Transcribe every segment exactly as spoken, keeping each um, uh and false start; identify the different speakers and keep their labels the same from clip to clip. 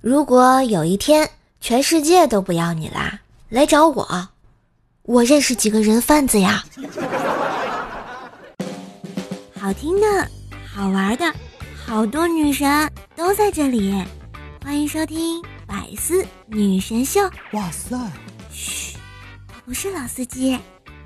Speaker 1: 如果有一天全世界都不要你啦，来找我，我认识几个人贩子呀。好听的，好玩的，好多女神都在这里，欢迎收听百思女神秀。
Speaker 2: 哇塞，
Speaker 1: 嘘，我不是老司机。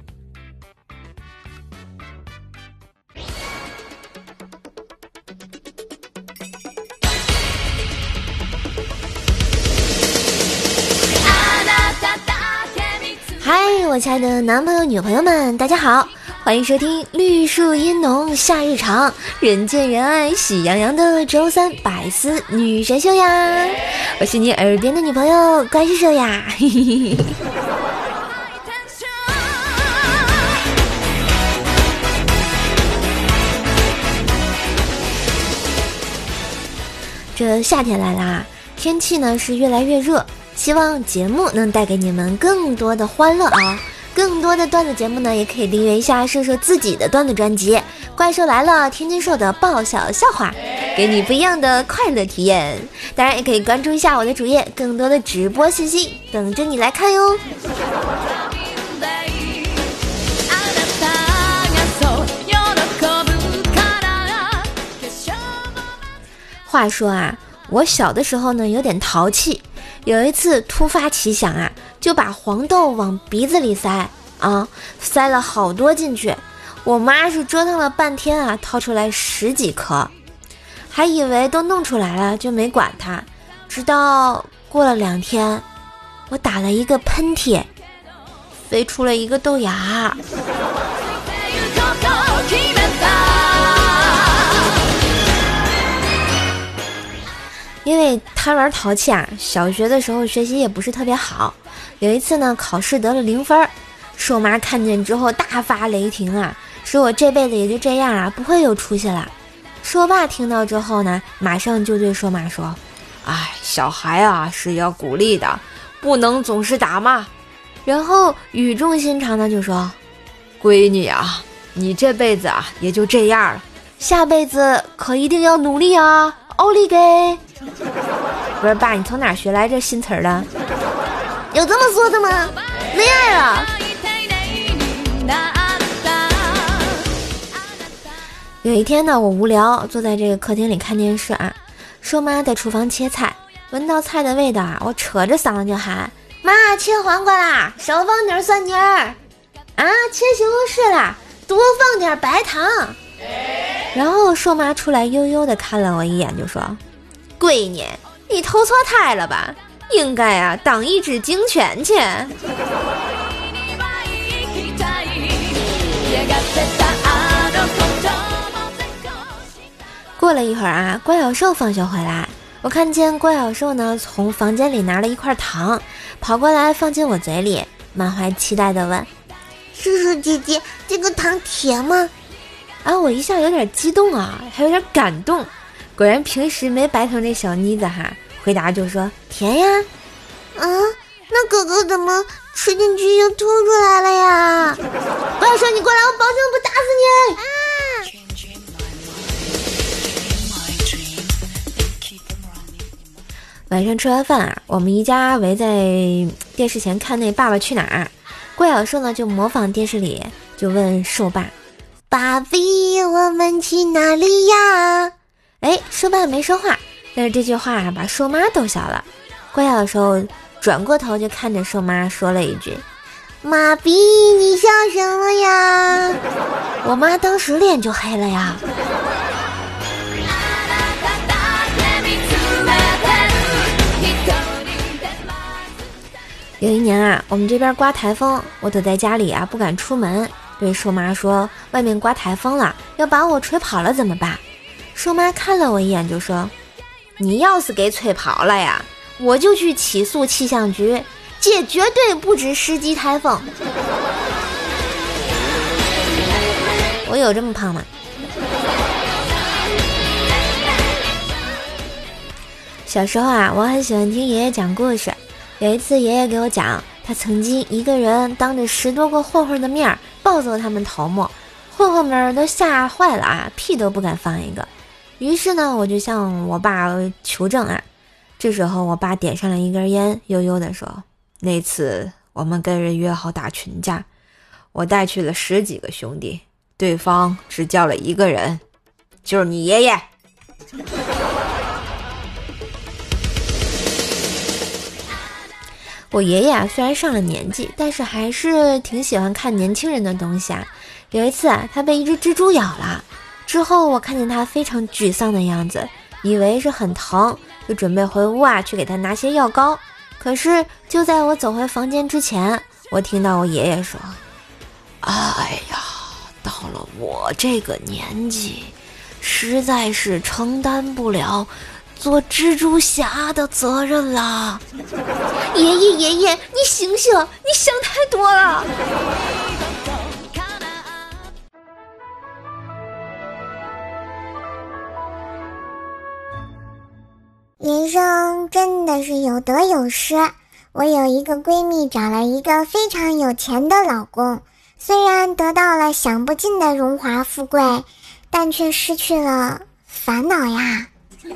Speaker 1: 嗨，我亲爱的男朋友女朋友们，大家好，欢迎收听绿树阴浓夏日长，人见人爱喜洋洋的周三百思女神秀呀！我是你耳边的女朋友关师叔呀，嘿嘿嘿。这夏天来啦，天气呢是越来越热，希望节目能带给你们更多的欢乐啊！更多的段子节目呢，也可以订阅一下射手自己的段子专辑《怪兽来了》，天津兽的爆笑笑话，给你不一样的快乐体验。当然，也可以关注一下我的主页，更多的直播信息等着你来看哟。话说啊，我小的时候呢有点淘气，有一次突发奇想啊，就把黄豆往鼻子里塞啊，塞了好多进去。我妈是折腾了半天啊，掏出来十几颗，还以为都弄出来了，就没管它。直到过了两天，我打了一个喷嚏，飞出了一个豆芽。因为贪玩淘气啊，小学的时候学习也不是特别好。有一次呢，考试得了零分，硕妈看见之后大发雷霆啊，说我这辈子也就这样啊，不会有出息了。硕爸听到之后呢，马上就对硕妈说：“哎，小孩啊是要鼓励的，不能总是打骂。”然后语重心长的就说：“闺女啊，你这辈子啊也就这样了，下辈子可一定要努力啊，奥利给！”不是爸，你从哪学来这新词儿的？有这么说的吗？没爱了。有一天呢，我无聊，坐在这个客厅里看电视啊，硕妈在厨房切菜，闻到菜的味道啊，我扯着嗓子就喊：“妈，切黄瓜啦，少放点蒜泥儿啊，切西红柿啦，多放点白糖。”然后硕妈出来悠悠的看了我一眼，就说：“闺女，你投错胎了吧？应该啊当一只警犬去。”过了一会儿啊，怪小兽放学回来，我看见怪小兽呢从房间里拿了一块糖，跑过来放进我嘴里，满怀期待的问：“叔叔姐姐，这个糖甜吗？”啊，我一下有点激动啊，还有点感动。果然平时没白成这小妮子哈，回答就说甜呀。啊，那哥哥怎么吃进去又吐出来了呀？不要说你过来，我保证不打死你。啊！晚上吃完饭啊，我们一家围在电视前看那《爸爸去哪儿》。怪小兽呢就模仿电视里，就问兽爸：“爸比，我们去哪里呀？”哎，兽爸没说话，但是这句话啊把兽妈逗笑了。怪小兽转过头就看着兽妈说了一句：“妈比，你笑什么呀？”我妈当时脸就黑了呀。有一年啊，我们这边刮台风，我躲在家里啊不敢出门，对兽妈说：“外面刮台风了，要把我吹跑了怎么办？”兽妈看了我一眼就说：“你要是给吹跑了呀，我就去起诉气象局，这绝对不止十级台风。”我有这么胖吗？小时候啊，我很喜欢听爷爷讲故事。有一次爷爷给我讲，他曾经一个人当着十多个混混的面暴揍他们头目，混混们都吓坏了啊，屁都不敢放一个。于是呢，我就向我爸求证啊， 这时候我爸点上了一根烟，悠悠地说，那次我们跟人约好打群架，我带去了十几个兄弟，对方只叫了一个人，就是你爷爷。我爷爷啊，虽然上了年纪，但是还是挺喜欢看年轻人的东西啊。有一次啊，他被一只蜘蛛咬了，之后我看见他非常沮丧的样子，以为是很疼，就准备回屋啊去给他拿些药膏。可是就在我走回房间之前，我听到我爷爷说，哎呀，到了我这个年纪，实在是承担不了做蜘蛛侠的责任啦。爷爷爷爷，你醒醒，你想太多了。
Speaker 2: 人生真的是有得有失，我有一个闺蜜找了一个非常有钱的老公，虽然得到了享不尽的荣华富贵，但却失去了烦恼呀。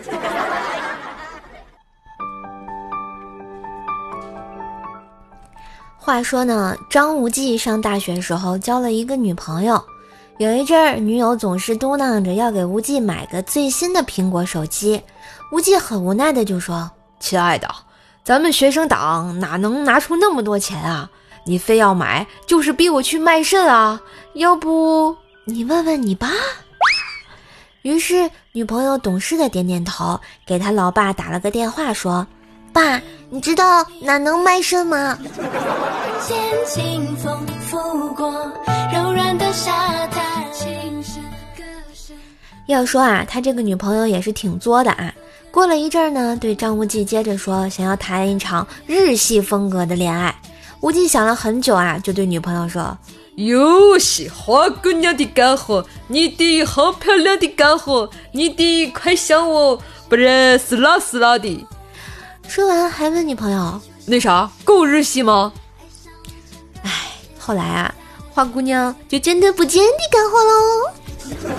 Speaker 1: 话说呢，张无忌上大学时候交了一个女朋友，有一阵儿女友总是嘟囔着要给无忌买个最新的苹果手机，无忌很无奈的就说，亲爱的，咱们学生党哪能拿出那么多钱啊，你非要买就是逼我去卖肾啊，要不你问问你爸。于是女朋友懂事的点点头，给他老爸打了个电话说，爸，你知道哪能卖肾吗？要说啊，他这个女朋友也是挺作的啊。过了一阵儿呢，对张无忌接着说想要谈一场日系风格的恋爱。无忌想了很久啊，就对女朋友说，哟西，花姑娘的干活，你的好漂亮的干活，你的快像我，不然死啦死啦的。说完还问女朋友，那啥够日系吗？唉，后来啊，花姑娘就真的不见地干活喽。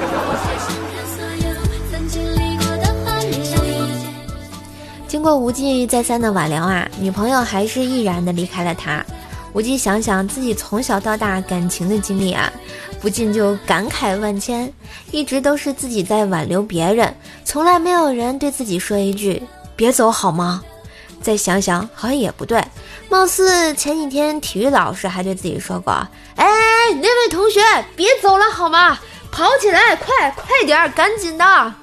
Speaker 1: 经过无忌再三的挽留啊，女朋友还是毅然的离开了他。无忌想想自己从小到大感情的经历啊，不禁就感慨万千，一直都是自己在挽留别人，从来没有人对自己说一句别走好吗？再想想好像也不对，貌似前几天体育老师还对自己说过，哎，那位同学别走了好吗？跑起来，快快点，赶紧的。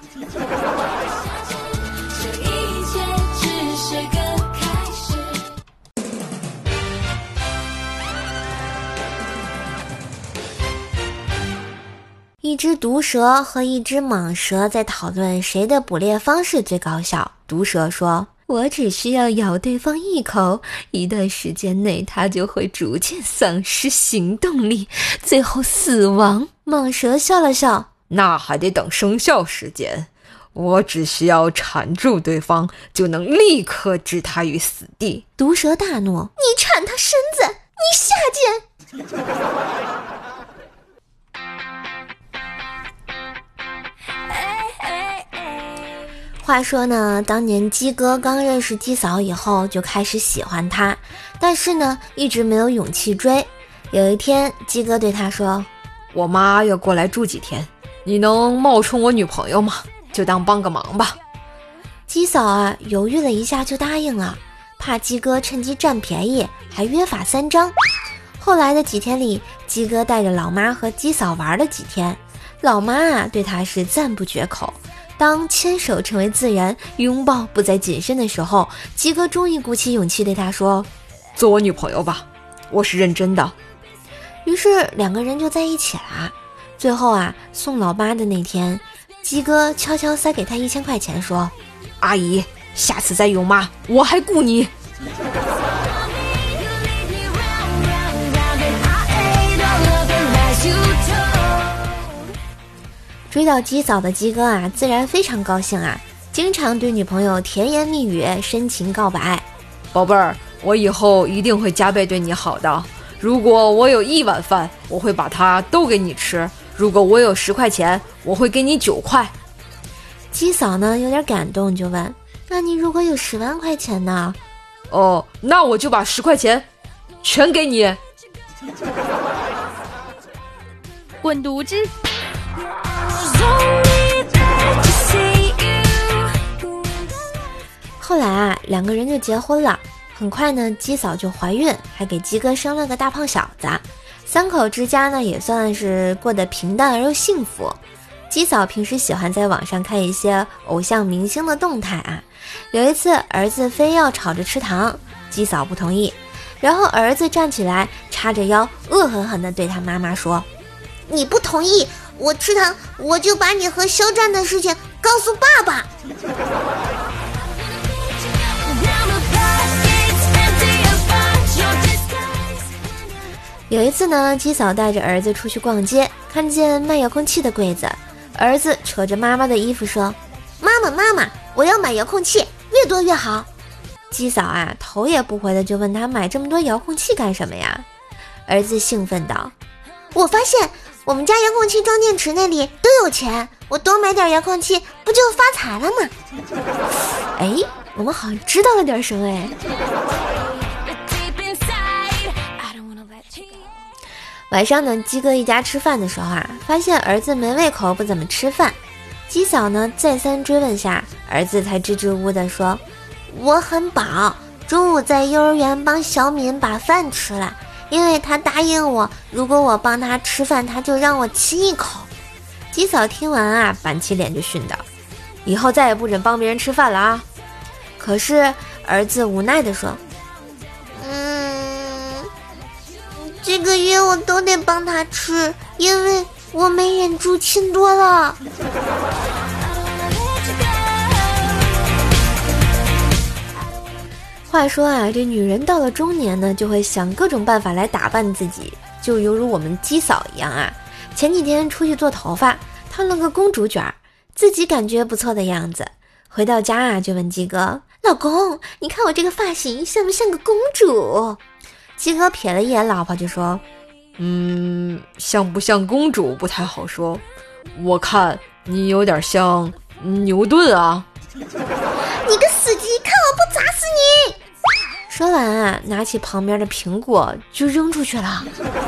Speaker 1: 一只毒蛇和一只蟒蛇在讨论谁的捕猎方式最高效。毒蛇说，我只需要咬对方一口，一段时间内它就会逐渐丧失行动力，最后死亡。蟒蛇笑了笑，那还得等生效时间，我只需要缠住对方就能立刻置他于死地。毒蛇大怒，你缠他身子，你下贱。话说呢，当年鸡哥刚认识鸡嫂以后就开始喜欢她，但是呢一直没有勇气追。有一天鸡哥对他说，我妈要过来住几天，你能冒充我女朋友吗？就当帮个忙吧。鸡嫂啊犹豫了一下就答应了，怕鸡哥趁机占便宜，还约法三章。后来的几天里，鸡哥带着老妈和鸡嫂玩了几天，老妈啊对他是赞不绝口。当牵手成为自然，拥抱不再谨慎的时候，鸡哥终于鼓起勇气对他说，做我女朋友吧，我是认真的。于是两个人就在一起了。最后啊，送老妈的那天，鸡哥悄悄塞给他一千块钱说，阿姨下次再有妈我还顾你。追到鸡嫂的鸡哥啊，自然非常高兴啊，经常对女朋友甜言蜜语，深情告白。宝贝儿，我以后一定会加倍对你好的。如果我有一碗饭，我会把它都给你吃；如果我有十块钱，我会给你九块。鸡嫂呢有点感动，就问： 那你如果有十万块钱呢？
Speaker 3: 哦，那我就把十块钱全给你。
Speaker 4: 滚犊子！
Speaker 1: 后来啊，两个人就结婚了。很快呢，鸡嫂就怀孕，还给鸡哥生了个大胖小子。三口之家呢，也算是过得平淡而又幸福。鸡嫂平时喜欢在网上看一些偶像明星的动态啊。有一次，儿子非要吵着吃糖，鸡嫂不同意，然后儿子站起来，叉着腰，恶狠狠地对他妈妈说：“
Speaker 2: 你不同意我吃糖，我就把你和肖战的事情告诉爸爸。”
Speaker 1: 有一次呢，鸡嫂带着儿子出去逛街，看见卖遥控器的柜子，儿子扯着妈妈的衣服说：“
Speaker 2: 妈妈妈妈，我要买遥控器，越多越好。”
Speaker 1: 鸡嫂啊，头也不回的就问他买这么多遥控器干什么呀？儿子兴奋道：“
Speaker 2: 我发现我们家遥控器装电池那里都有钱，我多买点遥控器不就发财了吗？”
Speaker 1: 哎，我们好像知道了点什么哎。晚上呢，鸡哥一家吃饭的时候啊，发现儿子没胃口，不怎么吃饭。鸡嫂呢再三追问下，儿子才支支吾吾地说：“
Speaker 2: 我很饱，中午在幼儿园帮小敏把饭吃了，因为他答应我，如果我帮他吃饭，他就让我亲一口。”
Speaker 1: 鸡嫂听完啊，板起脸就训道：“以后再也不准帮别人吃饭了啊！”可是儿子无奈地说：“
Speaker 2: 嗯，这个月我都得帮他吃，因为我没忍住亲多了。”
Speaker 1: 话说啊，这女人到了中年呢，就会想各种办法来打扮自己，就犹如我们鸡嫂一样啊。前几天出去做头发，烫了个公主卷儿，自己感觉不错的样子。回到家啊，就问鸡哥：“
Speaker 2: 老公，你看我这个发型像不像个公主？”
Speaker 1: 鸡哥瞥了一眼老婆，就说：“
Speaker 3: 嗯，像不像公主不太好说，我看你有点像牛顿啊。”
Speaker 2: 你个死鸡，看我不砸死你！
Speaker 1: 说完啊，拿起旁边的苹果就扔出去了。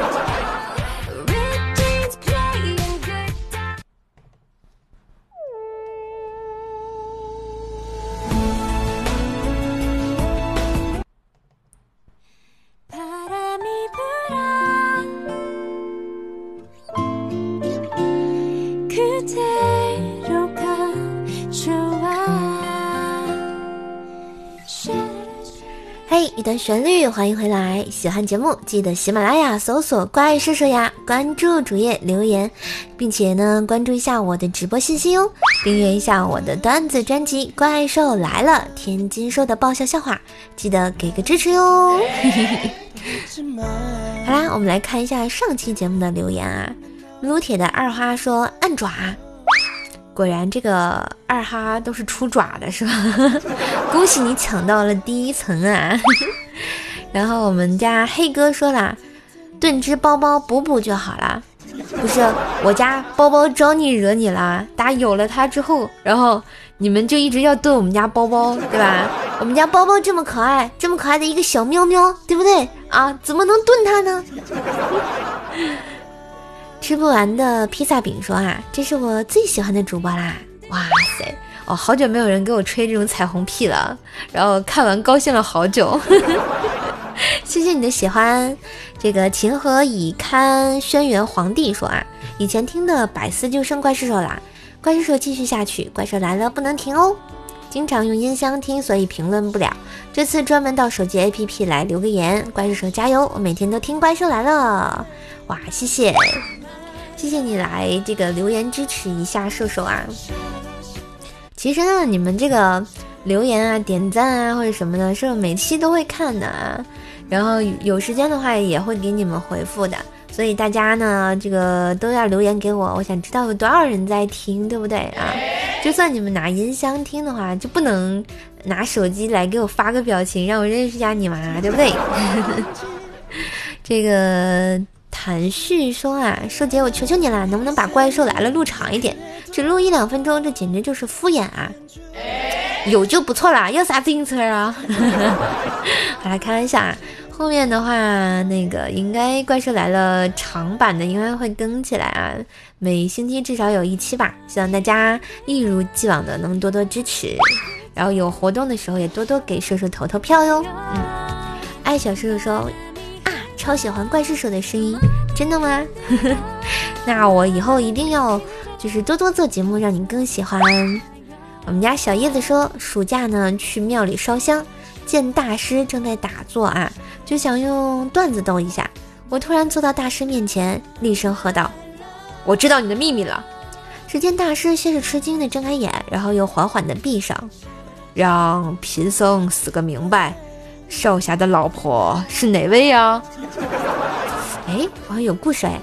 Speaker 1: 嘿，一段旋律，欢迎回来！喜欢节目记得喜马拉雅搜索怪兽兽呀，关注主页留言，并且呢关注一下我的直播信息哟，订阅一下我的段子专辑《怪兽来了》，天津说的爆笑笑话，记得给个支持哟。好啦，我们来看一下上期节目的留言啊。撸铁的二哈说按爪，果然这个二哈都是出爪的是吧？恭喜你抢到了第一层啊！然后我们家黑哥说啦，炖只包包补补就好了。不是，我家包包招你惹你了，打有了它之后，然后你们就一直要炖我们家包包，对吧？我们家包包这么可爱，这么可爱的一个小喵喵，对不对啊？怎么能炖它呢？吃不完的披萨饼说啊，这是我最喜欢的主播啦！哇塞，哦，好久没有人给我吹这种彩虹屁了，然后看完高兴了好久。谢谢你的喜欢。这个情何以堪轩辕皇帝说啊，以前听的百思就剩怪兽手啦，怪兽手继续下去，怪兽来了不能停哦。经常用音箱听，所以评论不了，这次专门到手机 A P P 来留个言，怪兽手加油，我每天都听怪兽来了。哇，谢谢谢谢你来这个留言支持一下兽兽啊。其实呢，你们这个留言啊、点赞啊或者什么的，是每期都会看的啊，然后有时间的话也会给你们回复的，所以大家呢这个都要留言给我，我想知道有多少人在听，对不对啊？就算你们拿音箱听的话，就不能拿手机来给我发个表情让我认识一下你嘛，对不对？这个谭旭说啊，瘦姐我求求你了，能不能把怪兽来了录长一点，只录一两分钟，这简直就是敷衍啊。 有就不错啦，要啥自行车啊？好啦，开玩笑啊。后面的话，那个应该怪兽来了长版的应该会更起来啊，每星期至少有一期吧，希望大家一如既往的能多多支持，然后有活动的时候也多多给兽兽投投票哟。嗯，爱小兽兽说啊，超喜欢怪兽兽的声音，真的吗？那我以后一定要就是多多做节目，让你更喜欢。我们家小叶子说，暑假呢去庙里烧香，见大师正在打坐啊，就想用段子逗一下。我突然坐到大师面前，厉声喝道：“我知道你的秘密了。”只见大师先是吃惊的睁开眼，然后又缓缓的闭上，让贫僧死个明白。少侠的老婆是哪位呀？哎，好像有故事哎。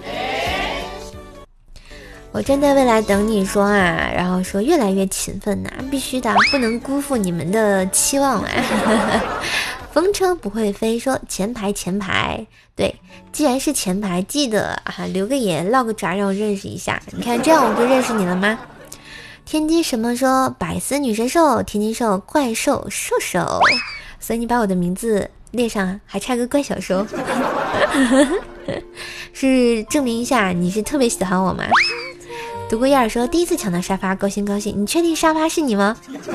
Speaker 1: 我站在未来等你说啊，然后说越来越勤奋呐、啊，必须的，不能辜负你们的期望啊。风车不会飞说前排前排，对，既然是前排，记得啊留个言唠个渣让我认识一下，你看这样我就认识你了吗？天津什么说百思女神兽，天津兽怪兽兽兽，所以你把我的名字列上，还差个怪小兽。是证明一下你是特别喜欢我吗？独孤燕儿说第一次抢到沙发，高兴高兴。你确定沙发是你吗？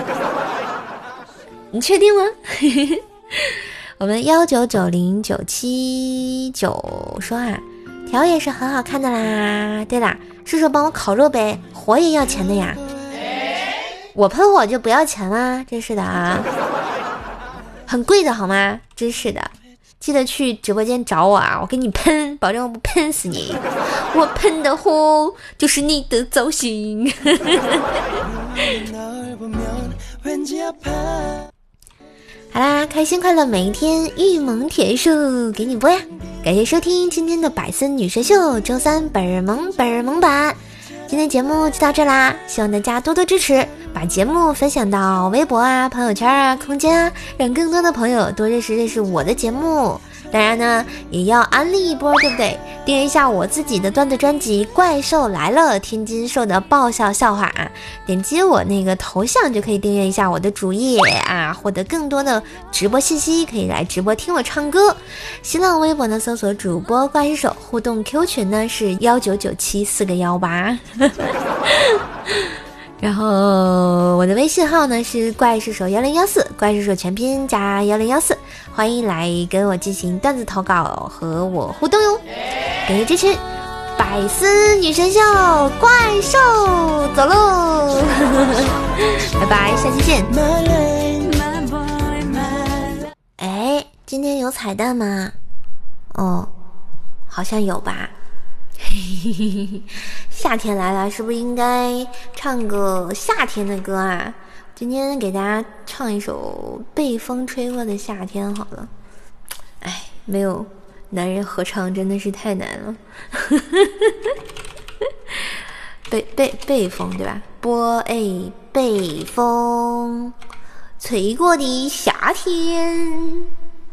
Speaker 1: 你确定吗？我们幺九九零九七九说啊，条也是很好看的啦。对啦，叔叔帮我烤肉呗，火也要钱的呀。我喷火就不要钱啦，真是的啊，很贵的好吗？真是的。记得去直播间找我啊，我给你喷，保证我不喷死你。我喷的火就是你的造型。好啦，开心快乐每一天，玉萌铁树给你播呀！感谢收听今天的百思女神秀周三本儿萌本儿萌版。今天节目就到这啦，希望大家多多支持，把节目分享到微博啊、朋友圈啊、空间啊，让更多的朋友多认识认识我的节目。当然呢，也要安利一波，对不对？订阅一下我自己的段子专辑《怪兽来了》，天津兽的爆笑笑话啊！点击我那个头像就可以订阅一下我的主页啊，获得更多的直播信息，可以来直播听我唱歌。新浪微博呢，搜索主播怪兽手，互动 Q 群呢是幺九九七四个幺八。然后我的微信号呢是怪兽手幺零幺四，怪兽手全拼加幺零幺四，欢迎来跟我进行段子投稿和我互动哟，感谢支持，百思女神秀怪兽走喽，拜拜，下期见。哎，今天有彩蛋吗？哦，好像有吧。夏天来了，是不是应该唱个夏天的歌啊？今天给大家唱一首《被风吹过的夏天》好了。哎，没有男人合唱真的是太难了。被被被风对吧？波哎，被风吹过的夏天。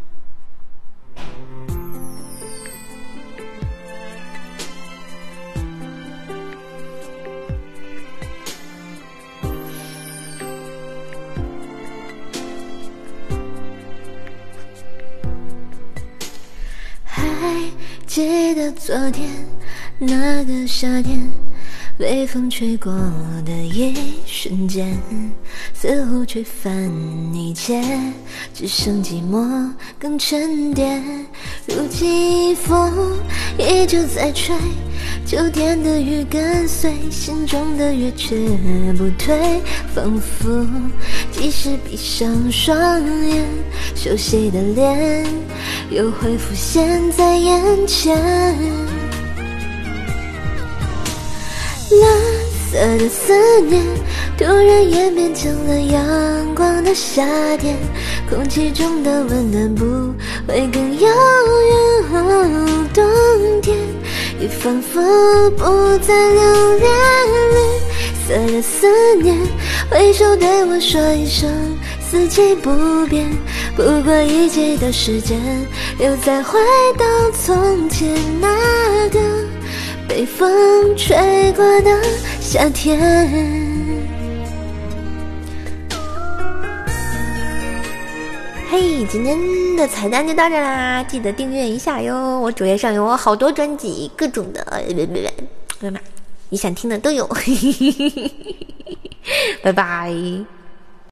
Speaker 1: 记得昨天那个夏天，被风吹过的一瞬间，似乎吹翻一切，只剩寂寞更沉淀。如今风依旧在吹，秋天的雨跟随，心中的月却不退，仿佛即使闭上双眼，熟悉的脸又会浮现在眼前。蓝色的思念突然演变成了阳光的夏天，空气中的温暖不会更遥远，哦，冬天也仿佛不再留恋。绿色的思念挥手对我说一声四季不变，不过一季的时间，又再回到从前那个被风吹过的夏天。 嘿，今天的彩蛋就到这啦，记得订阅一下哟！我主页上有我好多专辑，各种的，别别别，你想听的都有。拜拜。